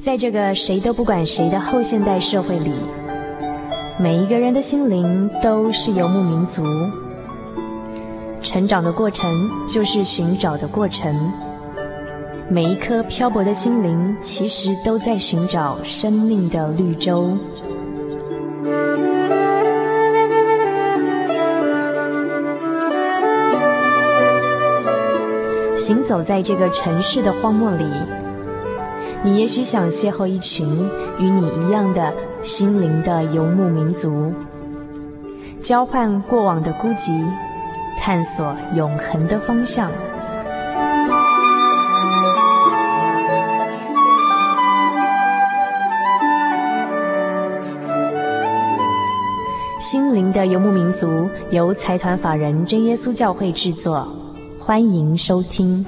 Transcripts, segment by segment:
在这个谁都不管谁的后现代社会里，每一个人的心灵都是游牧民族。成长的过程就是寻找的过程，每一颗漂泊的心灵其实都在寻找生命的绿洲。行走在这个城市的荒漠里，你也许想邂逅一群与你一样的心灵的游牧民族，交换过往的孤寂，探索永恒的方向。心灵的游牧民族由财团法人真耶稣教会制作，欢迎收听。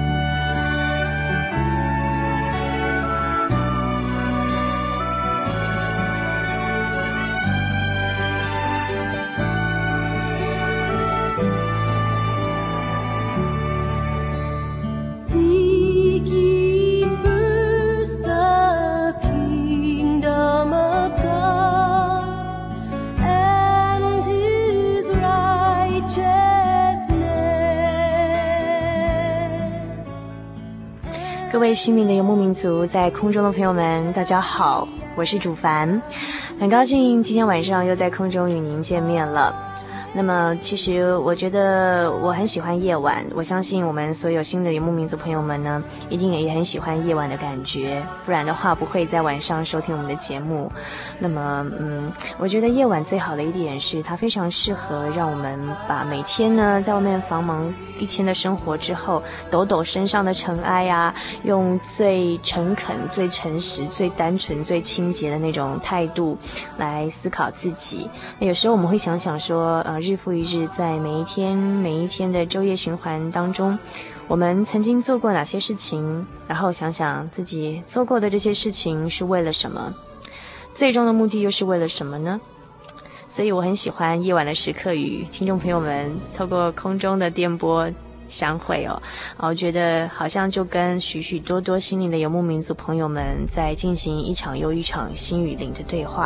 各位心灵的游牧民族，在空中的朋友们，大家好，我是主凡，很高兴今天晚上又在空中与您见面了。那么其实我觉得我很喜欢夜晚，我相信我们所有新的游牧民族朋友们呢，一定也很喜欢夜晚的感觉，不然的话不会在晚上收听我们的节目。那么我觉得夜晚最好的一点是它非常适合让我们把每天呢在外面繁忙一天的生活之后，抖抖身上的尘埃啊，用最诚恳、最诚实、最单纯、最清洁的那种态度来思考自己。那有时候我们会想想说日复一日，在每一天的昼夜循环当中，我们曾经做过哪些事情，然后想想自己做过的这些事情是为了什么，最终的目的又是为了什么呢？所以我很喜欢夜晚的时刻与听众朋友们透过空中的电波相会我觉得好像就跟许许多多心灵的游牧民族朋友们在进行一场又一场心与灵的对话。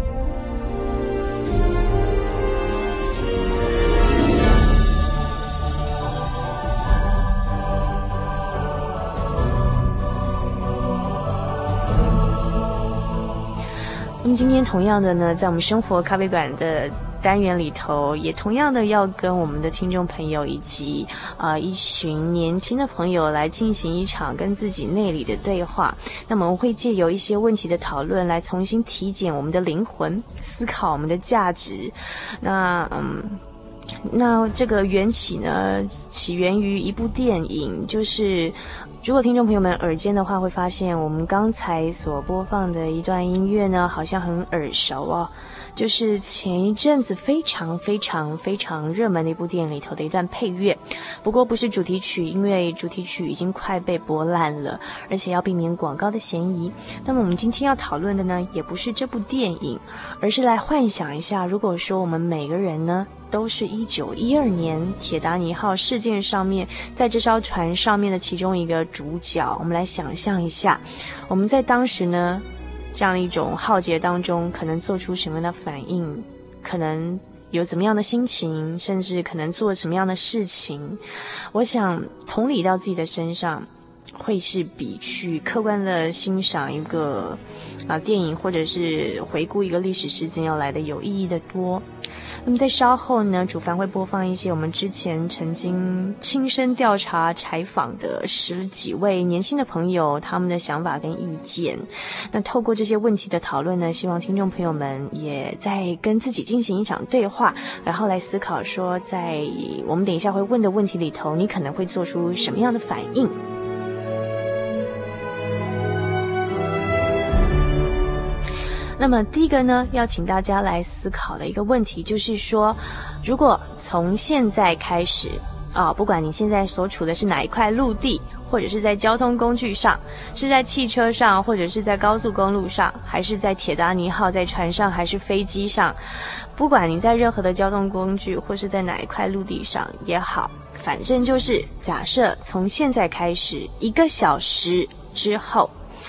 那么今天同样的呢，在我们生活咖啡馆的单元里头，也同样的要跟我们的听众朋友以及一群年轻的朋友来进行一场跟自己内里的对话。那么我们会借由一些问题的讨论来重新体检我们的灵魂，思考我们的价值。那这个缘起呢，起源于一部电影，就是如果听众朋友们耳尖的话，会发现我们刚才所播放的一段音乐呢，好像很耳熟就是前一阵子非常非常非常热门的一部电影里头的一段配乐，不过不是主题曲，因为主题曲已经快被播烂了，而且要避免广告的嫌疑。那么我们今天要讨论的呢，也不是这部电影，而是来幻想一下，如果说我们每个人呢都是1912年铁达尼号事件上面，在这艘船上面的其中一个主角，我们来想象一下，我们在当时呢这样一种浩劫当中，可能做出什么样的反应，可能有怎么样的心情，甚至可能做什么样的事情。我想同理到自己的身上，会是比去客观的欣赏一个电影或者是回顾一个历史事件要来的有意义的多。那么在稍后呢，主凡会播放一些我们之前曾经亲身调查采访的10几位年轻的朋友，他们的想法跟意见。那透过这些问题的讨论呢，希望听众朋友们也在跟自己进行一场对话，然后来思考说，在我们等一下会问的问题里头，你可能会做出什么样的反应。那么第一个呢，要请大家来思考的一个问题就是说，如果从现在开始不管你现在所处的是哪一块陆地，或者是在交通工具上，是在汽车上，或者是在高速公路上，还是在铁达尼号，在船上，还是飞机上，不管你在任何的交通工具或是在哪一块陆地上也好，反正就是假设从现在开始1个小时之后，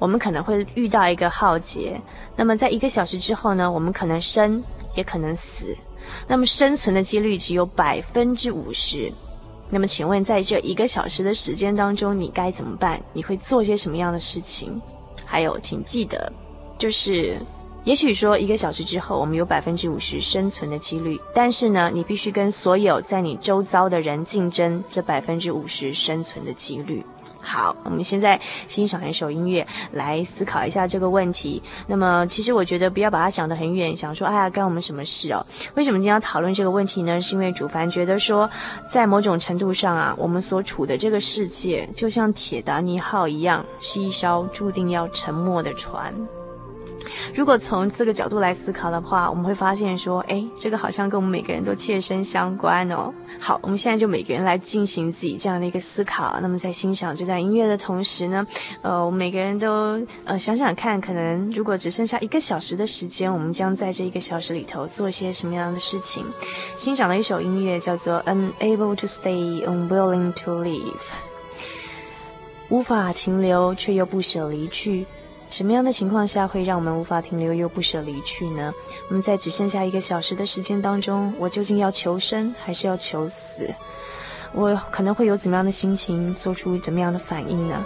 我们可能会遇到一个浩劫。那么在1个小时之后呢，我们可能生也可能死。那么生存的几率只有50%。那么请问在这1个小时的时间当中，你该怎么办？你会做些什么样的事情？还有请记得，就是也许说1个小时之后我们有50%生存的几率，但是呢，你必须跟所有在你周遭的人竞争这50%生存的几率。好，我们现在欣赏一首音乐来思考一下这个问题。那么其实我觉得不要把它想得很远，想说哎呀干我们什么事哦。为什么今天要讨论这个问题呢？是因为主凡觉得说在某种程度上啊，我们所处的这个世界就像铁达尼号一样，是一艘注定要沉没的船。如果从这个角度来思考的话，我们会发现说，这个好像跟我们每个人都切身相关哦。好，我们现在就每个人来进行自己这样的一个思考。那么在欣赏这段音乐的同时呢，我们每个人都想想看，可能如果只剩下1个小时的时间，我们将在这1个小时里头做些什么样的事情？欣赏了一首音乐叫做 Unable to Stay, Unwilling to Leave， 无法停留却又不舍离去。什么样的情况下会让我们无法停留又不舍离去呢？我们在只剩下1个小时的时间当中，我究竟要求生还是要求死？我可能会有怎么样的心情，做出怎么样的反应呢？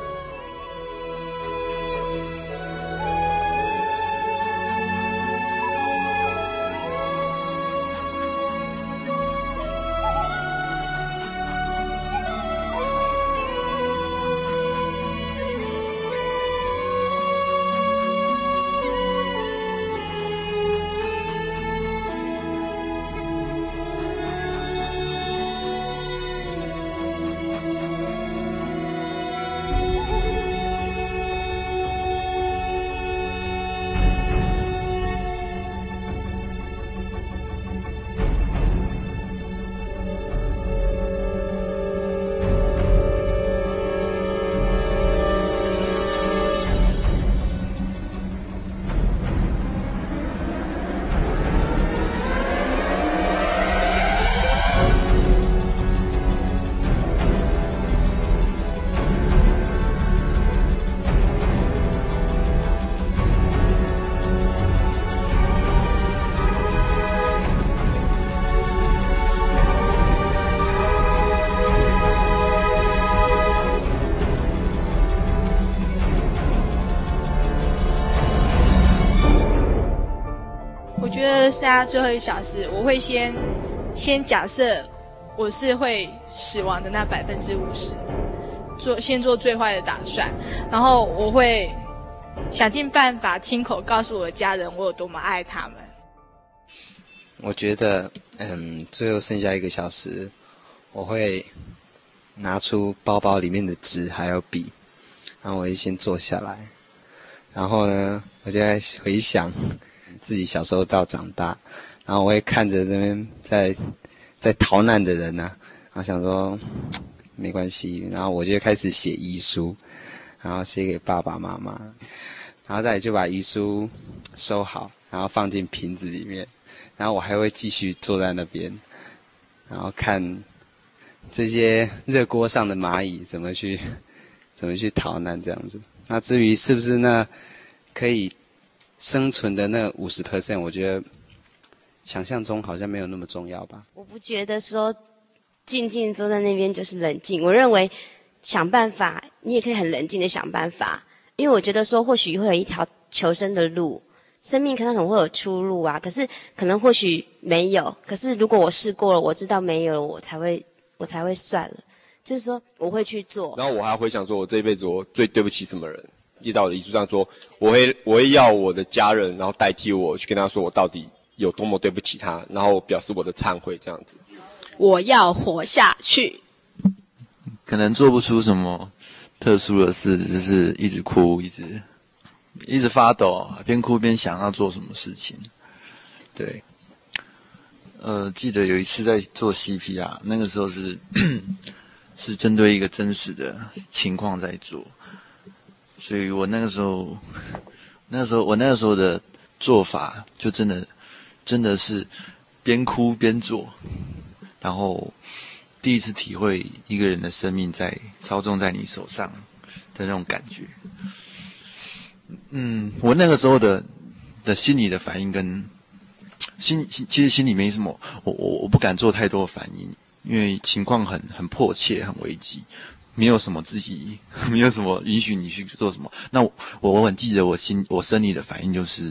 剩下最后1小时，我会先假设我是会死亡的那50%，先做最坏的打算，然后我会想尽办法亲口告诉我的家人我有多么爱他们。 我觉得最后剩下1个小时，我会拿出包包里面的纸还有笔，然后我会先坐下来，然后呢我就在回想自己小时候到长大，然后我会看着这边在逃难的人啊，然后想说没关系，然后我就开始写遗书，然后写给爸爸妈妈，然后再就把遗书收好，然后放进瓶子里面，然后我还会继续坐在那边，然后看这些热锅上的蚂蚁怎么去逃难这样子。那至于是不是那可以生存的那 50%， 我觉得想象中好像没有那么重要吧。 我不觉得说静静坐在那边就是冷静，我认为想办法，你也可以很冷静的想办法，因为我觉得说或许会有一条求生的路，生命可能会有出路啊，可是可能或许没有，可是如果我试过了，我知道没有了，我才会算了，就是说我会去做。 然后我还回想说，我这一辈子我最对不起什么人，依照我的遗书上说，我会要我的家人，然后代替我去跟他说我到底有多么对不起他，然后表示我的忏悔这样子。 我要活下去。 可能做不出什么特殊的事，就是一直哭，一直发抖，边哭边想要做什么事情。对，记得有一次在做 CPR， 那个时候是针对一个真实的情况在做，所以我那个时候的做法就真的是边哭边做，然后第一次体会一个人的生命在操纵在你手上的那种感觉。 我那个时候的心理的反应跟其实心里没什么，我不敢做太多的反应，因为情况很迫切，很危急，没有什么自己，没有什么允许你去做什么。那我很记得我生理的反应就是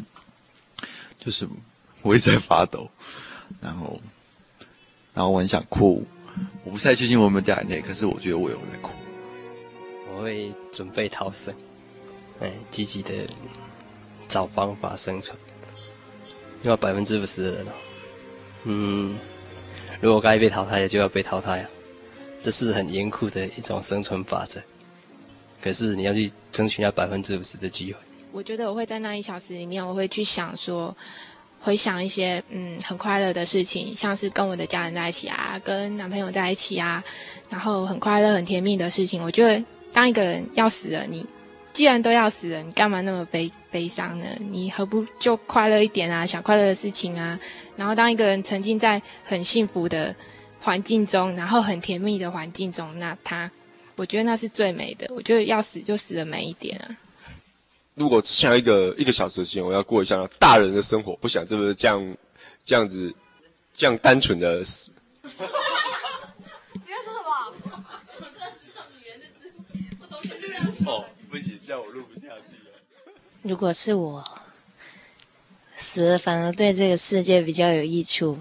我一直在发抖，然后我很想哭，我不太确定我有没有掉眼泪，可是我觉得我有在哭。 我会准备逃生，积极的找方法生存。因为50%的人如果该被淘汰的就要被淘汰啊，这是很严酷的一种生存法则。可是你要去争取那50%的机会。 我觉得我会在那1小时里面，我会去想说，回想一些很快乐的事情，像是跟我的家人在一起啊，跟男朋友在一起啊，然后很快乐很甜蜜的事情。我觉得当一个人要死了，你既然都要死了，你干嘛那么悲伤呢？你何不就快乐一点啊，想快乐的事情啊。然后当一个人沉浸在很幸福的环境中，然后很甜蜜的环境中，那我觉得那是最美的。我觉得要死就死得美一点啊。 如果只想一个小时的时间，我要过一下大人的生活，不想这么这样子这样单纯的死。 你在说什么？我真的知道语言的字，我同学是这样说。 不行，这样我录不下去了。 如果是我死了，反而对这个世界比较有益处吧。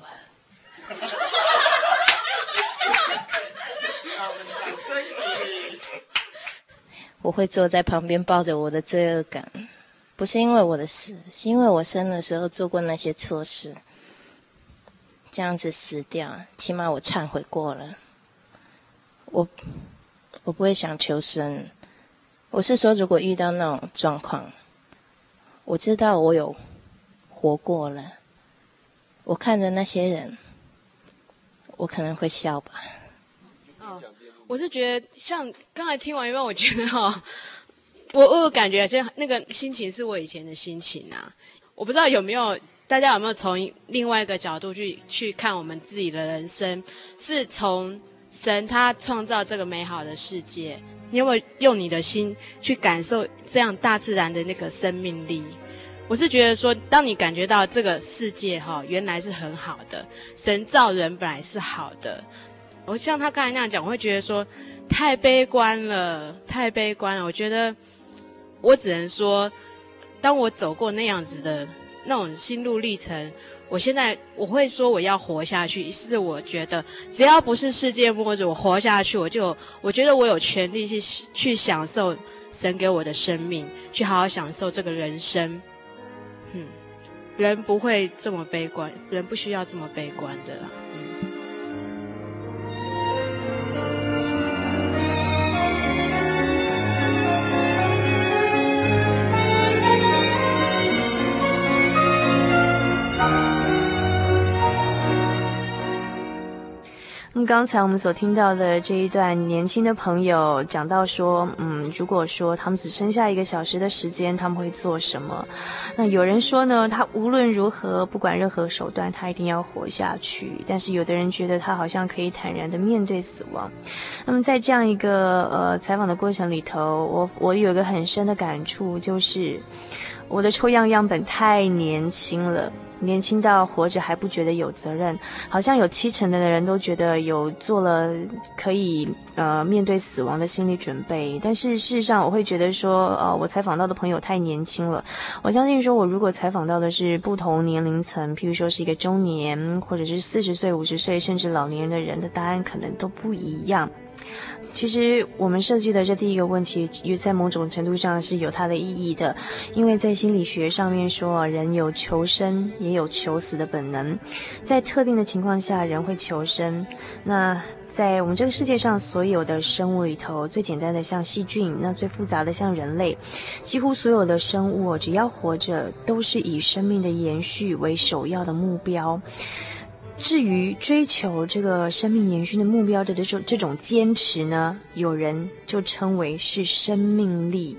我会坐在旁边抱着我的罪恶感，不是因为我的死，是因为我生的时候做过那些错事，这样子死掉，起码我忏悔过了。我不会想求生。我是说，如果遇到那种状况，我知道我有活过了，我看着那些人，我可能会笑吧。 我是觉得像刚才听完以后，我觉得我有感觉，就那个心情是我以前的心情啊。我不知道大家有没有从另外一个角度去看我们自己的人生，是从神他创造这个美好的世界，你有没有用你的心去感受这样大自然的那个生命力？我是觉得说，当你感觉到这个世界原来是很好的，神造人本来是好的。我像他刚才那样讲，我会觉得说太悲观了，太悲观了。我觉得我只能说，当我走过那样子的那种心路历程，我会说我要活下去，是我觉得只要不是世界末日，我活下去，我觉得我有权利去享受神给我的生命，去好好享受这个人生。人不会这么悲观，人不需要这么悲观的啦。 刚才我们所听到的这一段，年轻的朋友讲到说，如果说他们只剩下1个小时的时间，他们会做什么？那有人说呢，他无论如何，不管任何手段，他一定要活下去。但是有的人觉得他好像可以坦然的面对死亡。那么在这样一个采访的过程里头，我有一个很深的感触，就是我的抽样样本太年轻了。年轻到活着还不觉得有责任，好像有70%的人都觉得有做了可以面对死亡的心理准备，但是事实上我会觉得说我采访到的朋友太年轻了。我相信说我如果采访到的是不同年龄层，譬如说是一个中年或者是40岁50岁甚至老年的人的答案可能都不一样。其实我们设计的这第一个问题也在某种程度上是有它的意义的，因为在心理学上面说，人有求生也有求死的本能，在特定的情况下人会求生。那在我们这个世界上所有的生物里头，最简单的像细菌，那最复杂的像人类，几乎所有的生物只要活着都是以生命的延续为首要的目标。至于追求这个生命延续的目标的这种坚持呢，有人就称为是生命力。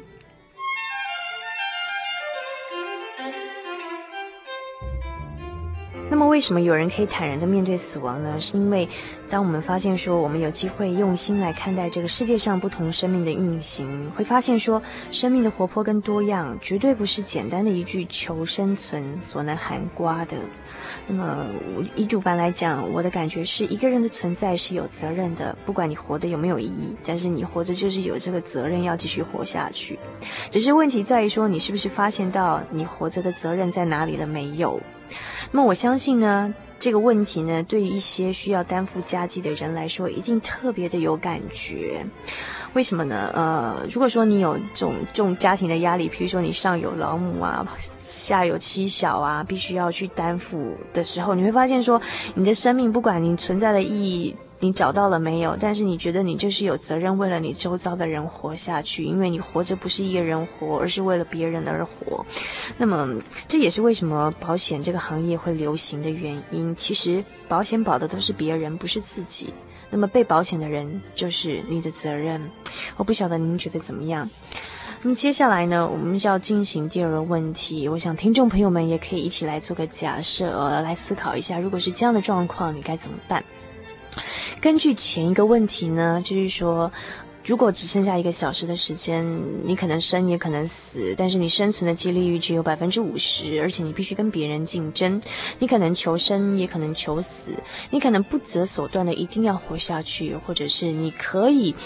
那么为什么有人可以坦然地面对死亡呢？是因为当我们发现说我们有机会用心来看待这个世界上不同生命的运行，会发现说生命的活泼跟多样绝对不是简单的一句求生存所能涵盖的。那么以主凡来讲，我的感觉是一个人的存在是有责任的，不管你活得有没有意义，但是你活着就是有这个责任要继续活下去。只是问题在于说你是不是发现到你活着的责任在哪里了没有。那么我相信呢，这个问题呢，对于一些需要担负家计的人来说，一定特别的有感觉。为什么呢？如果说你有这种家庭的压力，譬如说你上有老母啊，下有妻小啊，必须要去担负的时候，你会发现说，你的生命不管你存在的意义你找到了没有，但是你觉得你就是有责任为了你周遭的人活下去，因为你活着不是一个人活，而是为了别人而活。那么这也是为什么保险这个行业会流行的原因。其实保险保的都是别人，不是自己，那么被保险的人就是你的责任。我不晓得您觉得怎么样。那么接下来呢，我们就要进行第二个问题，我想听众朋友们也可以一起来做个假设，来思考一下，如果是这样的状况你该怎么办。根据前一个问题呢，就是说如果只剩下1个小时的时间，你可能生也可能死，但是你生存的几率只有 50%， 而且你必须跟别人竞争，你可能求生也可能求死，你可能不择手段的一定要活下去，或者是你可以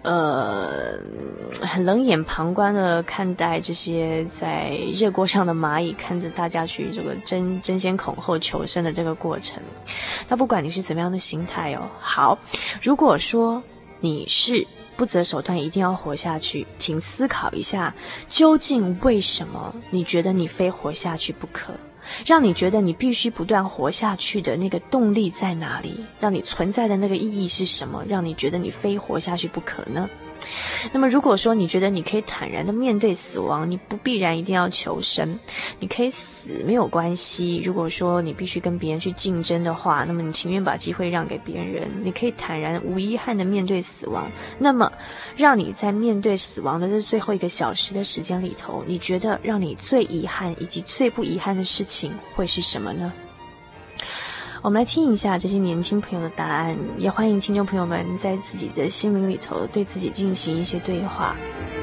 很冷眼旁观的看待这些在热锅上的蚂蚁，看着大家去这个争先恐后求生的这个过程。那不管你是怎么样的心态哦，好，如果说你是不择手段一定要活下去，请思考一下，究竟为什么你觉得你非活下去不可？让你觉得你必须不断活下去的那个动力在哪里？让你存在的那个意义是什么？让你觉得你非活下去不可呢？那么如果说你觉得你可以坦然的面对死亡，你不必然一定要求生，你可以死没有关系。如果说你必须跟别人去竞争的话，那么你情愿把机会让给别人，你可以坦然无遗憾的面对死亡。那么让你在面对死亡的这最后1个小时的时间里头，你觉得让你最遗憾以及最不遗憾的事情会是什么呢？我们来听一下这些年轻朋友的答案，也欢迎听众朋友们在自己的心灵里头对自己进行一些对话。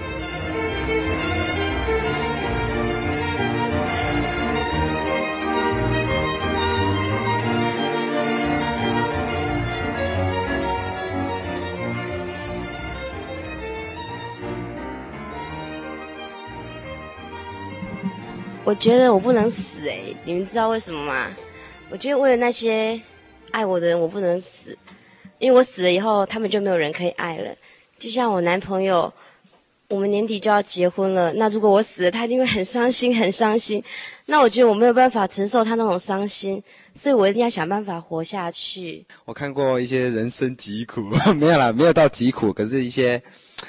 我觉得我不能死你们知道为什么吗？我觉得为了那些爱我的人我不能死，因为我死了以后他们就没有人可以爱了。就像我男朋友，我们年底就要结婚了，那如果我死了他一定会很伤心很伤心，那我觉得我没有办法承受他那种伤心，所以我一定要想办法活下去。 我看过一些人生疾苦没有啦，没有到疾苦，可是一些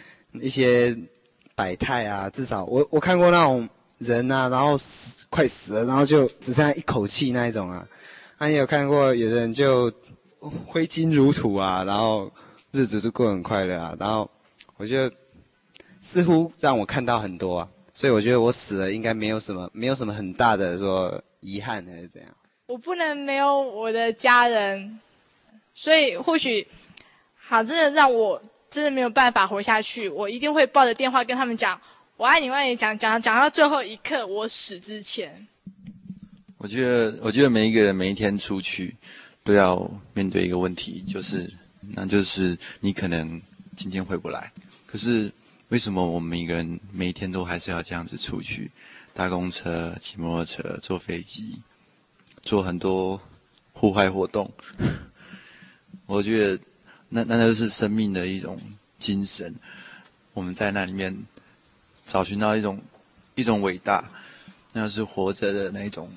百态啊，至少我看过那种人啊，然后快死了，然后就只剩下一口气那一种啊。也有看过有的人就挥金如土啊，然后日子就过得很快乐啊。然后我觉得似乎让我看到很多啊，所以我觉得我死了应该没有什么很大的说遗憾还是怎样。 我不能没有我的家人，所以或许好，真的让我真的没有办法活下去，我一定会抱着电话跟他们讲我爱你，我爱你，讲到最后一刻，我死之前。 我觉得每一个人每一天出去都要面对一个问题，那就是你可能今天回不来。可是为什么我们每一个人每一天都还是要这样子出去，搭公车、骑摩托车、坐飞机，做很多户外活动？我觉得那就是生命的一种精神，我们在那里面找寻到一种伟大，那是活着的那一种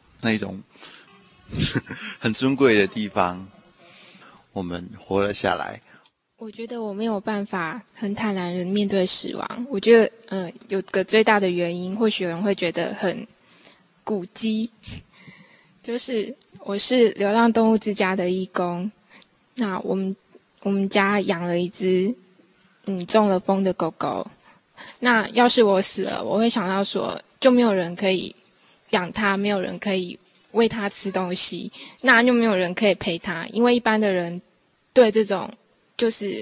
很尊贵的地方，我们活了下来。 我觉得我没有办法很坦然地面对死亡。我觉得有个最大的原因，或许有人会觉得很古迹，就是我是流浪动物之家的义工。那我们家养了一只中了风的狗狗。那要是我死了，我会想到说，就没有人可以养它，没有人可以喂他吃东西，那就没有人可以陪他，因为一般的人对这种就是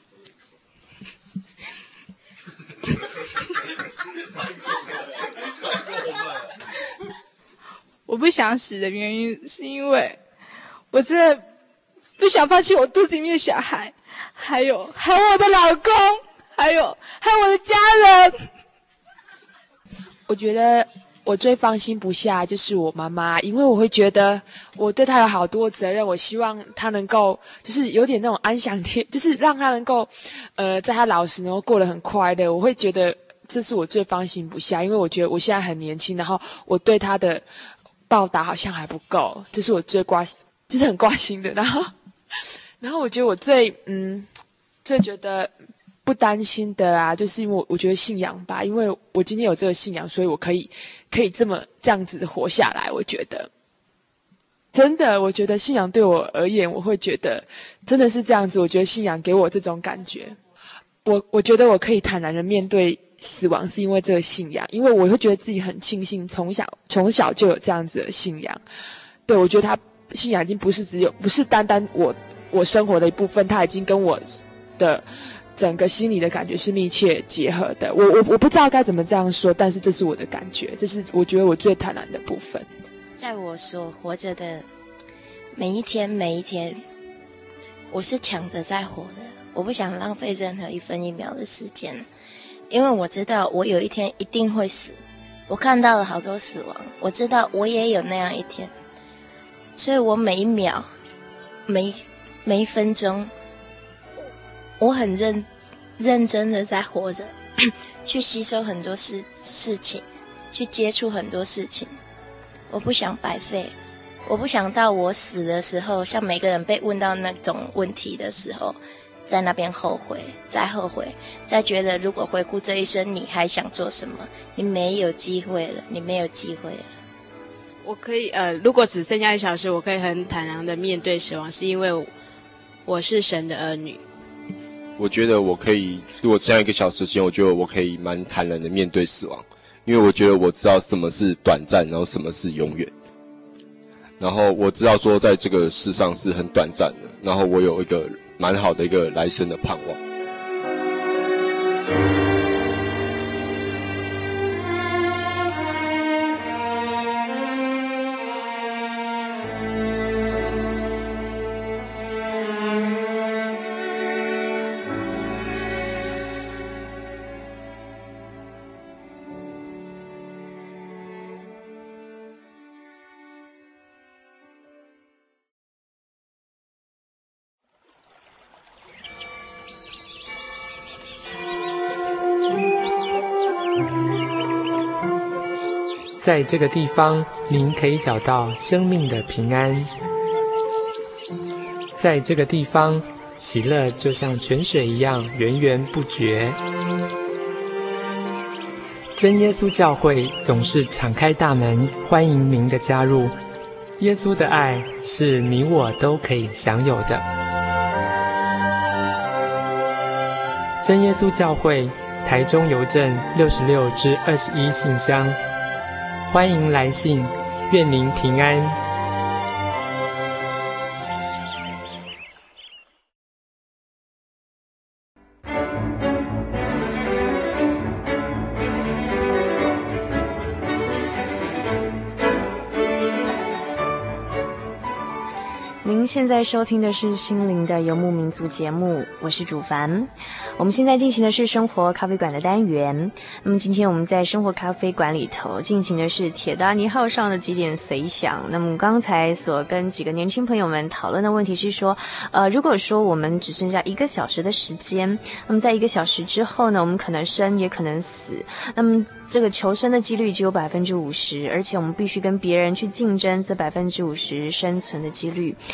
我不想死的原因是因为我真的不想放弃我肚子里面的小孩，还有我的老公，还有我的家人。 我觉得我最放心不下就是我妈妈，因为我会觉得我对她有好多责任，我希望她能够就是有点那种安享天，就是让她能够在她老时能够过得很快乐。我会觉得这是我最放心不下，因为我觉得我现在很年轻，然后我对她的报答好像还不够，这是我最就是很挂心的。然后我觉得我最觉得不担心的啊，就是因为我觉得信仰吧，因为我今天有这个信仰，所以我可以这样子活下来。我觉得真的，我觉得信仰对我而言，我会觉得真的是这样子。我觉得信仰给我这种感觉，我觉得我可以坦然的面对死亡，是因为这个信仰，因为我会觉得自己很庆幸，从小就有这样子的信仰。对，我觉得他信仰已经不是单单我生活的一部分，他已经跟我的整个心理的感觉是密切结合的。我不知道该怎么这样说，但是这是我的感觉，这是我觉得我最坦然的部分。 在我所活着的每一天，我是抢着在活的，我不想浪费任何一分一秒的时间，因为我知道我有一天一定会死。我看到了好多死亡，我知道我也有那样一天，所以我每一秒每一分钟，我很认真的在活着，去吸收很多事情，去接触很多事情。我不想白费，我不想到我死的时候，像每个人被问到那种问题的时候，在那边后悔，再觉得如果回顾这一生，你还想做什么？你没有机会了， 我可以如果只剩下1小时，我可以很坦然的面对死亡，是因为我是神的儿女。 我觉得我可以，如果这样1个小时前，我觉得我可以蛮坦然的面对死亡，因为我觉得我知道什么是短暂，然后什么是永远，然后我知道说在这个世上是很短暂的，然后我有一个蛮好的一个来生的盼望。 在这个地方，您可以找到生命的平安。在这个地方，喜乐就像泉水一样源源不绝。真耶稣教会总是敞开大门，欢迎您的加入。耶稣的爱是你我都可以享有的。真耶稣教会，台中邮政66-21信箱。欢迎来信，愿您平安。 您现在收听的是心灵的游牧民族节目，我是主凡。我们现在进行的是生活咖啡馆的单元。那么今天我们在生活咖啡馆里头进行的是铁达尼号上的几点随想。那么刚才所跟几个年轻朋友们讨论的问题是说，如果说我们只剩下1个小时的时间，那么在1个小时之后呢，我们可能生也可能死。那么这个求生的几率只有50%，而且我们必须跟别人去竞争这50%生存的几率。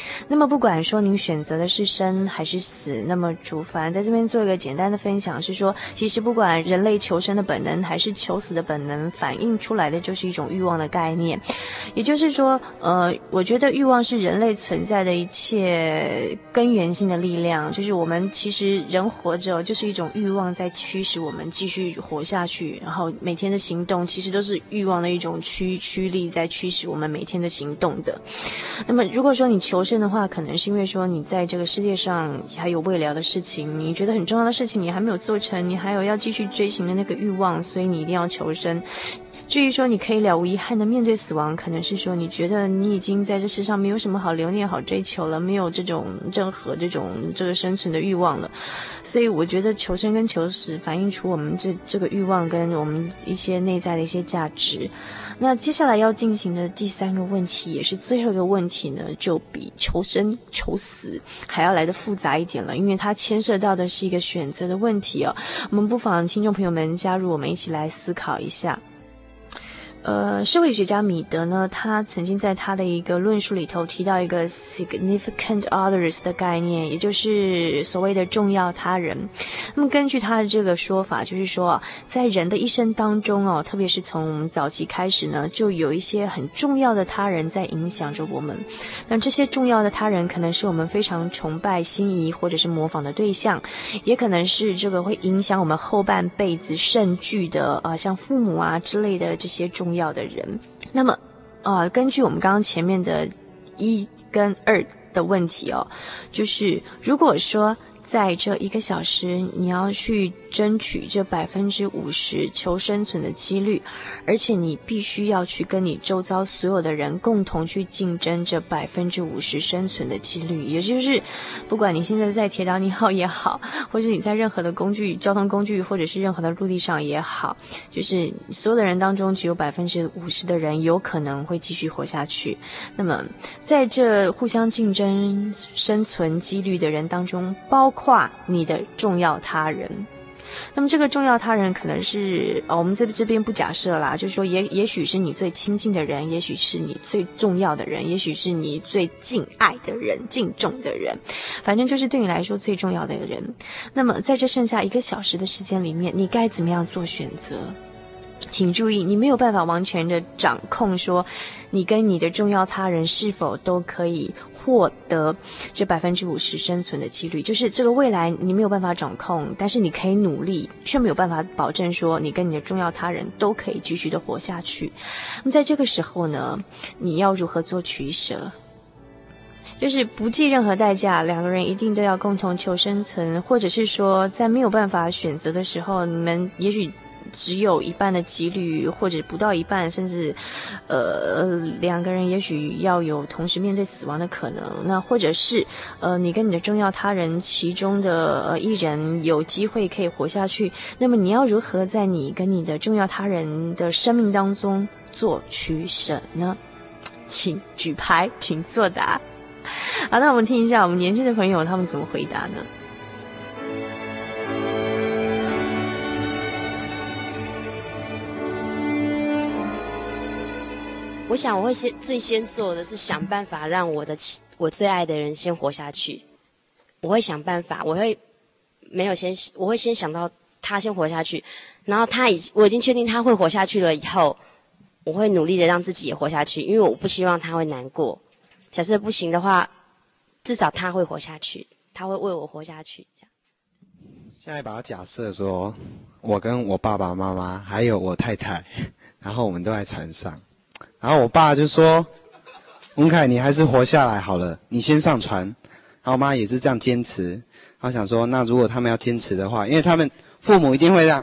那么不管说您选择的是生还是死，那么主凡在这边做一个简单的分享是说，其实不管人类求生的本能还是求死的本能，反映出来的就是一种欲望的概念。也就是说我觉得欲望是人类存在的一切根源性的力量，就是我们其实人活着就是一种欲望在驱使我们继续活下去，然后每天的行动其实都是欲望的一种驱力在驱使我们每天的行动的。那么如果说你求生的话，可能是因为说你在这个世界上还有未了的事情，你觉得很重要的事情你还没有做成，你还有要继续追寻的那个欲望，所以你一定要求生。至于说你可以了无遗憾的面对死亡，可能是说你觉得你已经在这世上没有什么好留念好追求了，没有这种任何这个生存的欲望了。所以我觉得求生跟求死反映出我们这个欲望跟我们一些内在的一些价值。那接下来要进行的第3个问题，也是最后一个问题呢，就比求生求死还要来得复杂一点了，因为它牵涉到的是一个选择的问题哦。我们不妨听众朋友们加入我们一起来思考一下。社会学家米德呢，他曾经在他的一个论述里头提到一个 significant others 的概念，也就是所谓的重要他人。那么根据他的这个说法，就是说在人的一生当中哦，特别是从我们早期开始呢，就有一些很重要的他人在影响着我们。那这些重要的他人可能是我们非常崇拜、心仪或者是模仿的对象，也可能是这个会影响我们后半辈子甚巨的像父母啊之类的这些重要的人。那么根据我们刚刚前面的1跟2的问题哦，就是如果说在这1个小时你要去争取这50%求生存的几率，而且你必须要去跟你周遭所有的人共同去竞争这50%生存的几率，也就是不管你现在在铁达尼号也好，或者你在任何的交通工具或者是任何的陆地上也好，就是所有的人当中只有50%的人有可能会继续活下去。那么在这互相竞争生存几率的人当中，包括你的重要他人。那么这个重要他人可能是我们这边不假设啦，就是说也许是你最亲近的人，也许是你最重要的人，也许是你最敬爱的人、敬重的人，反正就是对你来说最重要的人。那么在这剩下1个小时的时间里面，你该怎么样做选择？请注意，你没有办法完全的掌控说你跟你的重要他人是否都可以获得这50%生存的几率，就是这个未来你没有办法掌控，但是你可以努力，却没有办法保证说你跟你的重要他人都可以继续的活下去。那么在这个时候呢，你要如何做取舍？就是不计任何代价，2个人一定都要共同求生存，或者是说在没有办法选择的时候，你们也许只有1半的几率，或者不到1半，甚至2个人也许要有同时面对死亡的可能。那或者是你跟你的重要他人其中的1人有机会可以活下去，那么你要如何在你跟你的重要他人的生命当中做取舍呢？请举牌，请作答。好，那我们听一下我们年轻的朋友他们怎么回答呢？ 我想我会最先做的是想办法让我最爱的人先活下去。我会想办法，我会先想到他先活下去，然后我已经确定他会活下去了以后，我会努力的让自己也活下去，因为我不希望他会难过。假设不行的话，至少他会活下去，他会为我活下去。这样。 现在把它假设说，我跟我爸爸妈妈还有我太太，然后我们都在船上。然后我爸就说：“文凯，你还是活下来好了，你先上船。”然后我妈也是这样坚持。然后想说，那如果他们要坚持的话，因为他们父母一定会让。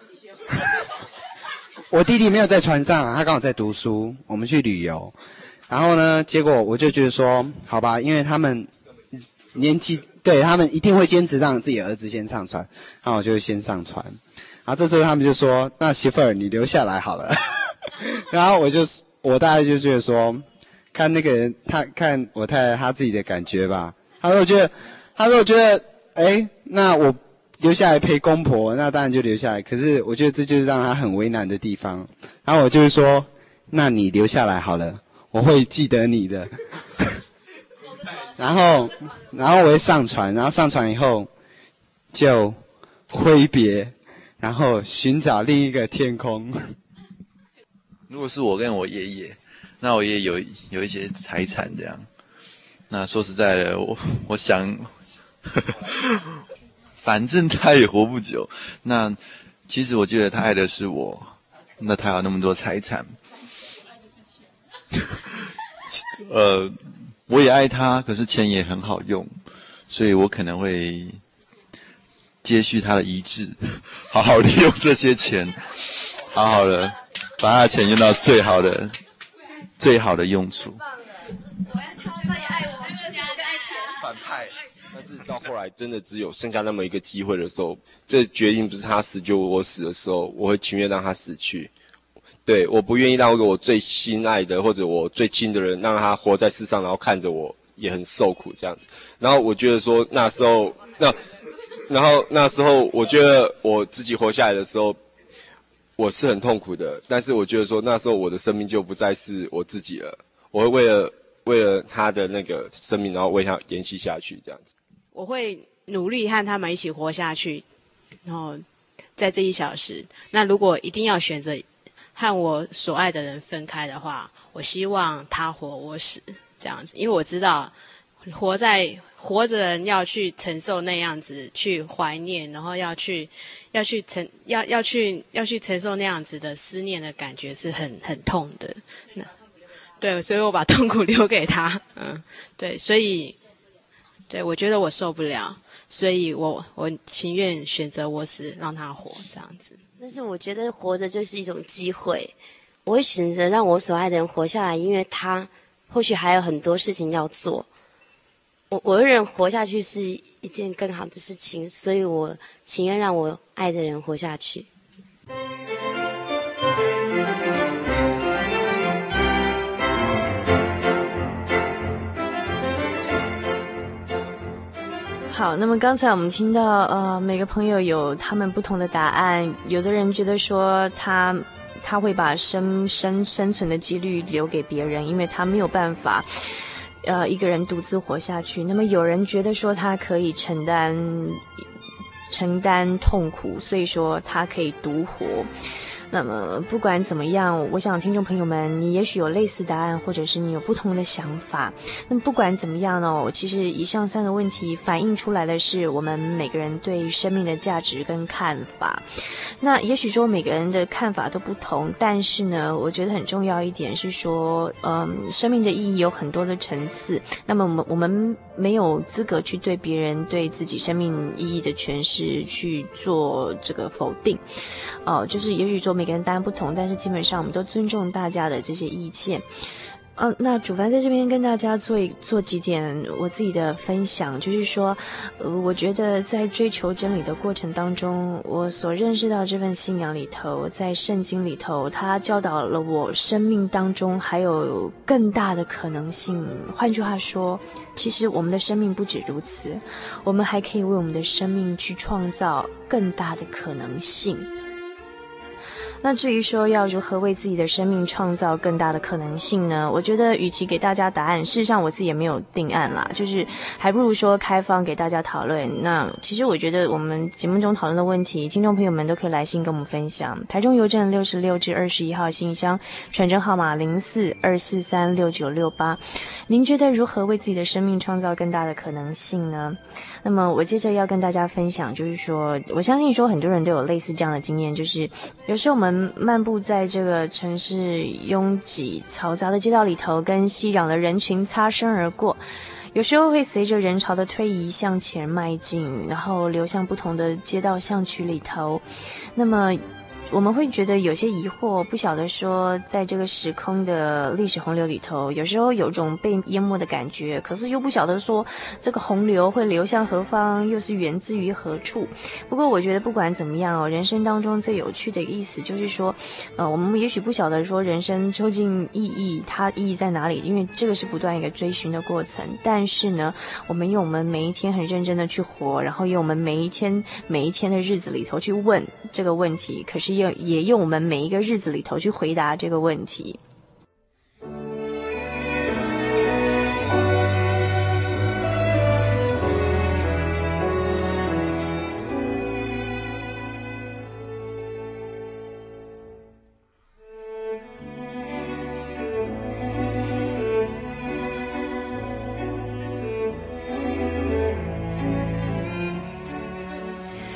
我弟弟没有在船上他刚好在读书，我们去旅游。然后呢，结果我就觉得说，好吧，因为他们年纪，对，他们一定会坚持让自己的儿子先上船，然后我就先上船。然后这时候他们就说：“那媳妇儿，你留下来好了。”然后我大概就觉得说，看那个人，看我太太她自己的感觉吧。他说我觉得，那我留下来陪公婆，那当然就留下来。可是我觉得这就是让他很为难的地方。然后我就是说，那你留下来好了，我会记得你的。 然后我会上船，然后上船以后就挥别，然后寻找另一个天空。 如果是我跟我爷爷，那我爷爷有一些财产这样。那说实在的，我想，反正他也活不久。那其实我觉得他爱的是我，那他有那么多财产，我也爱他，可是钱也很好用，所以我可能会接续他的遗志，好好利用这些钱，好好的把他的钱用到最好的用处。 反派，但是到后来真的只有剩下那么一个机会的时候，这决定不是他死就我死的时候，我会情愿让他死去。对，我不愿意让我最心爱的或者我最亲的人让他活在世上，然后看着我也很受苦这样子。然后我觉得说那时候我觉得我自己活下来的时候，我是很痛苦的，但是我觉得说那时候我的生命就不再是我自己了，我会为了他的那个生命，然后为他延续下去这样子。 我会努力和他们一起活下去，然后在这1小时，那如果一定要选择和我所爱的人分开的话，我希望他活我死这样子，因为我知道活着人要去承受那样子去怀念，然后要去承受那样子的思念的感觉是很痛的。对，所以我把痛苦留给他。对，所以对我觉得我受不了，所以我情愿选择我死，让他活这样子。 但是我觉得活着就是一种机会，我会选择让我所爱的人活下来，因为他或许还有很多事情要做。我认为活下去是一件更好的事情，所以我情愿让我爱的人活下去。 好，那么刚才我们听到每个朋友有他们不同的答案，有的人觉得说他会把生存的几率留给别人，因为他没有办法一个人独自活下去。那么有人觉得说他可以承担痛苦，所以说他可以独活。那么不管怎么样，我想听众朋友们，你也许有类似答案，或者是你有不同的想法。那么不管怎么样呢，其实以上3个问题反映出来的是我们每个人对生命的价值跟看法。那也许说每个人的看法都不同，但是呢，我觉得很重要一点是说，生命的意义有很多的层次。那么我们没有资格去对别人对自己生命意义的诠释去做这个否定。就是也许说每个人答案不同，但是基本上我们都尊重大家的这些意见。那主凡在这边跟大家做几点我自己的分享，就是说，我觉得在追求真理的过程当中，我所认识到这份信仰里头，在圣经里头，它教导了我生命当中还有更大的可能性。换句话说，其实我们的生命不止如此，我们还可以为我们的生命去创造更大的可能性。那至于说要如何为自己的生命创造更大的可能性呢？我觉得与其给大家答案，事实上我自己也没有定案啦，就是还不如说开放给大家讨论。那其实我觉得我们节目中讨论的问题，听众朋友们都可以来信跟我们分享。台中邮政66至21号信箱，传真号码04-243-6968。您觉得如何为自己的生命创造更大的可能性呢？那么我接着要跟大家分享，就是说我相信说很多人都有类似这样的经验，就是有时候我们漫步在这个城市拥挤嘈杂的街道里头，跟熙攘的人群擦身而过，有时候会随着人潮的推移向前迈进，然后流向不同的街道巷区里头。那么我们会觉得有些疑惑，不晓得说在这个时空的历史洪流里头，有时候有种被淹没的感觉，可是又不晓得说这个洪流会流向何方，又是源自于何处。不过我觉得不管怎么样人生当中最有趣的一个意思就是说，我们也许不晓得说人生究竟它意义在哪里，因为这个是不断一个追寻的过程。但是呢，我们用我们每一天很认真的去活，然后用我们每一天的日子里头去问这个问题，可是也用我们每一个日子里头去回答这个问题。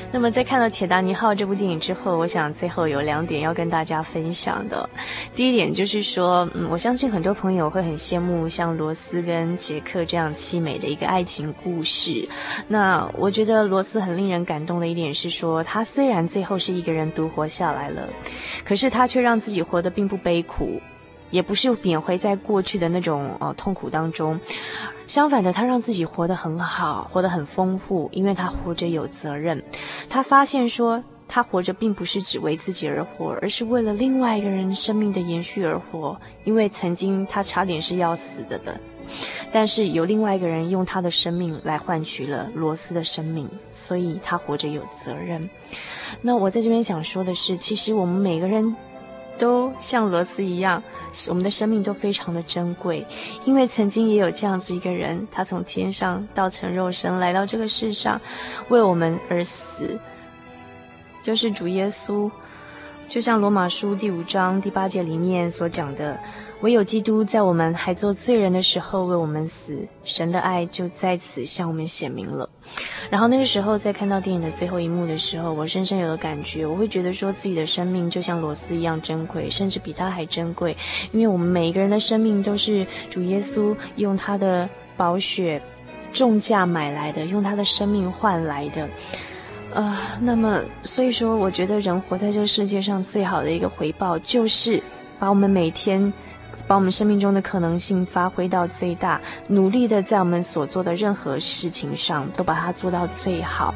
那么在看到《铁达尼号》这部电影之后，我想最后有2点要跟大家分享的。第一点就是说，我相信很多朋友会很羡慕像罗斯跟杰克这样凄美的一个爱情故事。那我觉得罗斯很令人感动的一点是说，他虽然最后是一个人独活下来了，可是他却让自己活得并不悲苦，也不是缅怀在过去的那种痛苦当中。相反的，他让自己活得很好，活得很丰富，因为他活着有责任。他发现说，他活着并不是只为自己而活，而是为了另外一个人生命的延续而活。因为曾经他差点是要死的，但是有另外一个人用他的生命来换取了罗斯的生命，所以他活着有责任。那我在这边想说的是，其实我们每个人都像罗斯一样，我们的生命都非常的珍贵，因为曾经也有这样子一个人，他从天上道成肉身来到这个世上，为我们而死，就是主耶稣。就像罗马书第5章第8节里面所讲的，唯有基督在我们还做罪人的时候为我们死，神的爱就在此向我们显明了。然后那个时候在看到电影的最后一幕的时候，我深深有了感觉，我会觉得说自己的生命就像罗斯一样珍贵，甚至比他还珍贵，因为我们每一个人的生命都是主耶稣用他的宝血重价买来的，用他的生命换来的。那么所以说，我觉得人活在这个世界上最好的一个回报，就是把我们每天把我们生命中的可能性发挥到最大，努力的在我们所做的任何事情上都把它做到最好。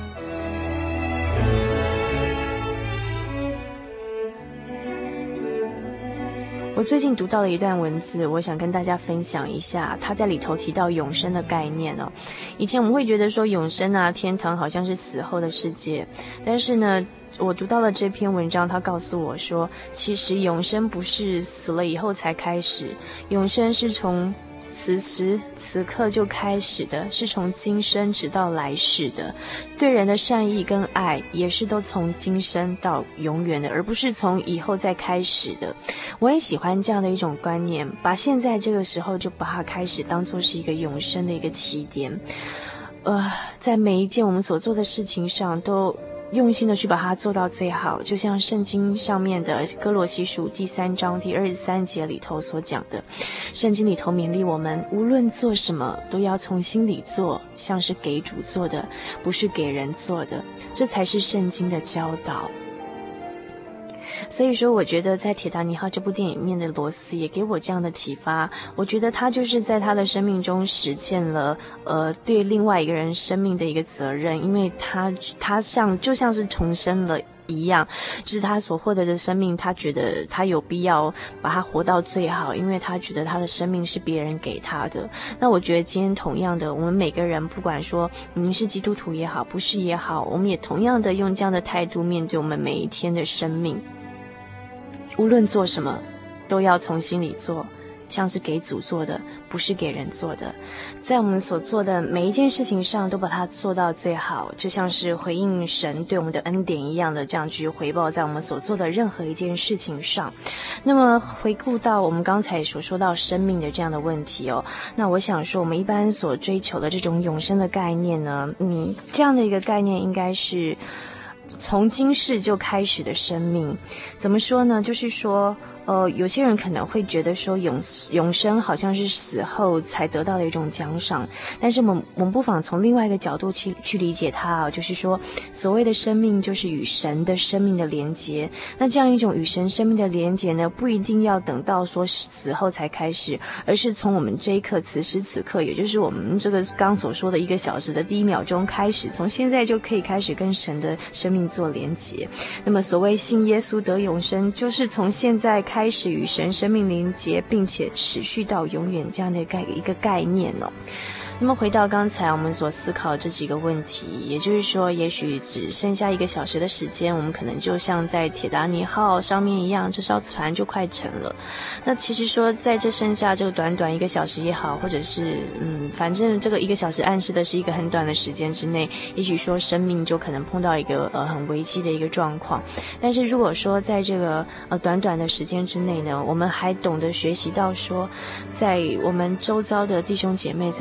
我最近读到了一段文字，我想跟大家分享一下。他在里头提到永生的概念哦。以前我们会觉得说永生啊，天堂好像是死后的世界，但是呢，我读到了这篇文章，他告诉我说，其实永生不是死了以后才开始，永生是从此时此刻就开始的，是从今生直到来世的。对人的善意跟爱也是都从今生到永远的，而不是从以后再开始的。我很喜欢这样的一种观念，把现在这个时候就把它开始当作是一个永生的一个起点。在每一件我们所做的事情上都用心的去把它做到最好，就像圣经上面的哥罗西书第3章第23节里头所讲的，圣经里头勉励我们，无论做什么都要从心里做，像是给主做的，不是给人做的，这才是圣经的教导。所以说我觉得在《铁达尼号》这部电影里面的罗斯也给我这样的启发，我觉得他就是在他的生命中实践了对另外一个人生命的一个责任，因为他就像是重生了一样，就是他所获得的生命，他觉得他有必要把它活到最好，因为他觉得他的生命是别人给他的。那我觉得今天同样的，我们每个人不管说您是基督徒也好，不是也好，我们也同样的用这样的态度面对我们每一天的生命，无论做什么都要从心里做，像是给主做的，不是给人做的。在我们所做的每一件事情上都把它做到最好，就像是回应神对我们的恩典一样的，这样去回报在我们所做的任何一件事情上。那么回顾到我们刚才所说到生命的这样的问题哦，那我想说我们一般所追求的这种永生的概念呢，这样的一个概念应该是从今世就开始的生命。怎么说呢，就是说有些人可能会觉得说永生好像是死后才得到的一种奖赏，但是我们不妨从另外一个角度去理解它就是说所谓的生命就是与神的生命的连结。那这样一种与神生命的连结呢，不一定要等到说死后才开始，而是从我们这一刻此时此刻，也就是我们这个刚所说的1个小时的第1秒钟开始，从现在就可以开始跟神的生命做连结。那么所谓信耶稣得永生，就是从现在开始与神生命连结，并且持续到永远这样的一个概念哦。那么回到刚才我们所思考的这几个问题，也就是说也许只剩下1个小时的时间，我们可能就像在铁达尼号上面一样，这艘船就快沉了。那其实说在这剩下这个短1个小时也好，或者是反正这个1个小时暗示的是一个很短的时间之内，也许说生命就可能碰到一个很危机的一个状况。但是如果说在这个短的时间之内呢，我们还懂得学习到说，在我们周遭的弟兄姐妹，在我们旁边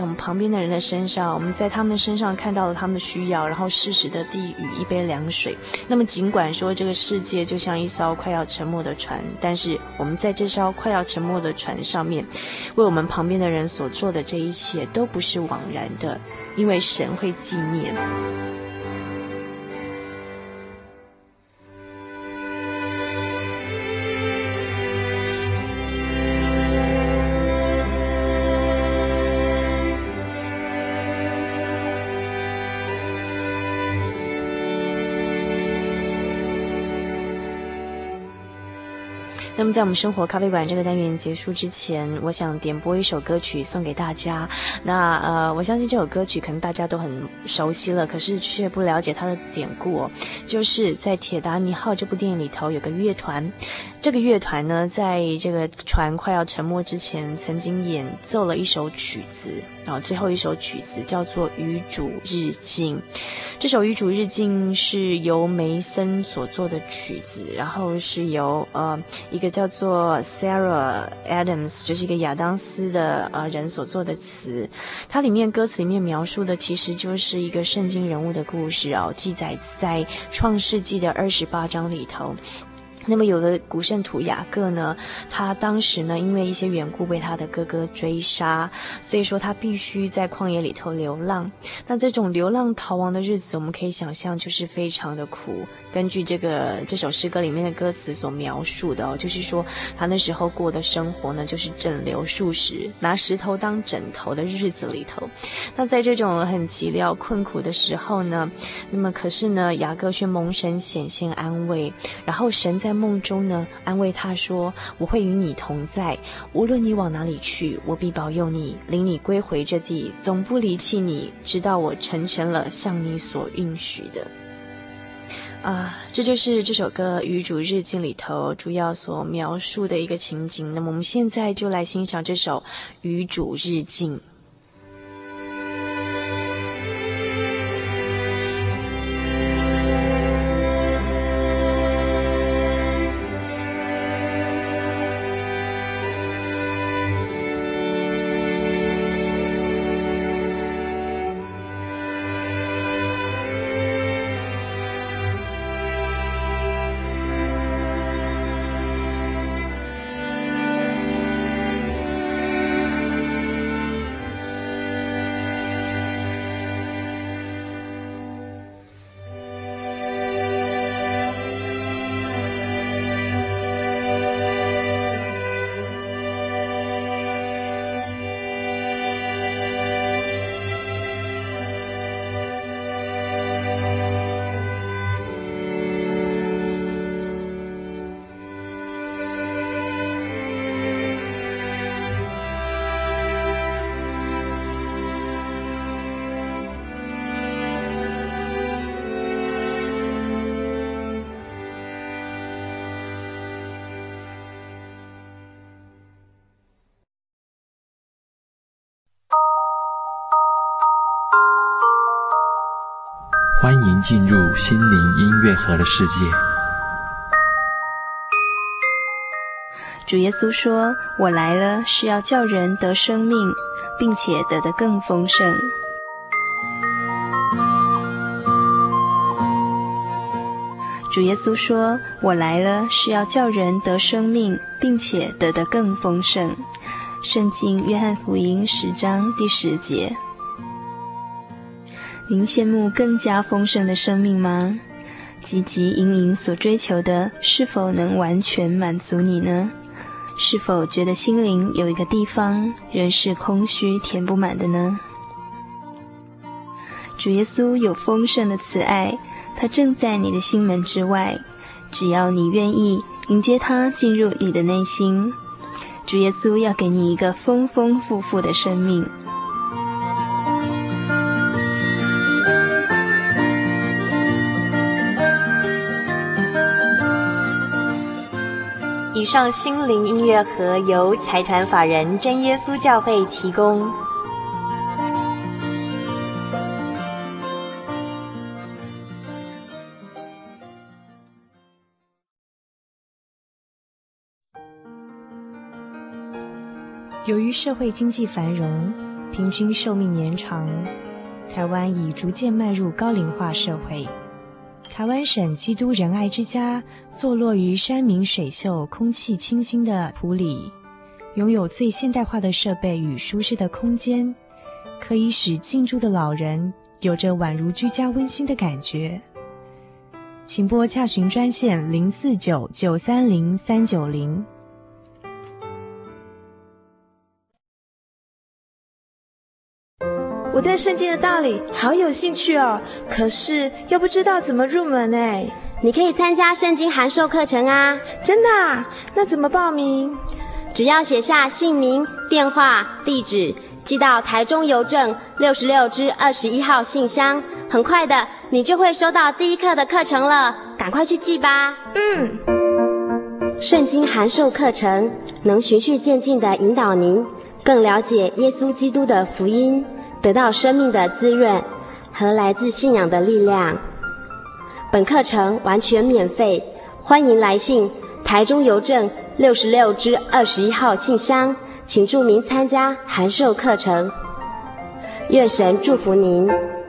边的人的身上，我们在他们身上看到了他们的需要，然后适时的递予一杯凉水。那么尽管说这个世界就像一艘快要沉没的船，但是我们在这艘快要沉没的船上面，为我们旁边的人所做的这一切都不是枉然的，因为神会纪念。那么在我们生活咖啡馆这个单元结束之前，我想点播一首歌曲送给大家。那我相信这首歌曲可能大家都很熟悉了，可是却不了解它的典故哦。就是在《铁达尼号》这部电影里头有个乐团，这个乐团呢，在这个船快要沉没之前，曾经演奏了一首曲子，最后一首曲子叫做《与主日进》。这首《与主日进》是由梅森所做的曲子，然后是由一个叫做 Sarah Adams， 就是一个亚当斯的人所做的词。它里面歌词里面描述的其实就是一个圣经人物的故事记载在创世纪的28章里头。那么有的古圣徒雅各呢，他当时呢因为一些缘故被他的哥哥追杀，所以说他必须在旷野里头流浪。那这种流浪逃亡的日子，我们可以想象就是非常的苦。根据这首诗歌里面的歌词所描述的就是说他那时候过的生活呢，就是枕流数十，拿石头当枕头的日子里头。那在这种很寂寥困苦的时候呢，那么可是呢雅各却蒙神显现安慰，然后神在梦中呢安慰他说，我会与你同在，无论你往哪里去，我必保佑你，领你归回这地，总不离弃你，直到我成全了向你所应许的。这就是这首歌《与主日进》里头主要所描述的一个情景。那么我们现在就来欣赏这首《与主日进》。 欢迎进入心灵音乐盒的世界。 主耶稣说，我来了是要叫人得生命，并且得得更丰盛。主耶稣说，我来了是要叫人得生命，并且得得更丰盛。圣经约翰福音10章第10节。您羡慕更加丰盛的生命吗？汲汲营营所追求的，是否能完全满足你呢？是否觉得心灵有一个地方仍是空虚填不满的呢？主耶稣有丰盛的慈爱，他正在你的心门之外，只要你愿意迎接他进入你的内心，主耶稣要给你一个丰丰富富的生命。 以上心灵音乐盒由财团法人真耶稣教会提供。由于社会经济繁荣， 平均寿命延长，台湾已逐渐迈入高龄化社会。台湾省基督仁爱之家坐落于山明水秀、空气清新的埔里，拥有最现代化的设备与舒适的空间，可以使进驻的老人有着宛如居家温馨的感觉。请拨洽询专线049-930-390。 我对圣经的道理好有兴趣哦，可是又不知道怎么入门哎。 你可以参加圣经函授课程啊。 真的啊？那怎么报名？ 只要写下姓名、电话、地址，寄到台中邮政66支21号信箱，很快的你就会收到第一课的课程了，赶快去寄吧。圣经函授课程能循序渐进地引导您更了解耶稣基督的福音，得到生命的滋润和来自信仰的力量。本课程完全免费，欢迎来信台中邮政66支21号信箱，请注明参加函授课程。愿神祝福您。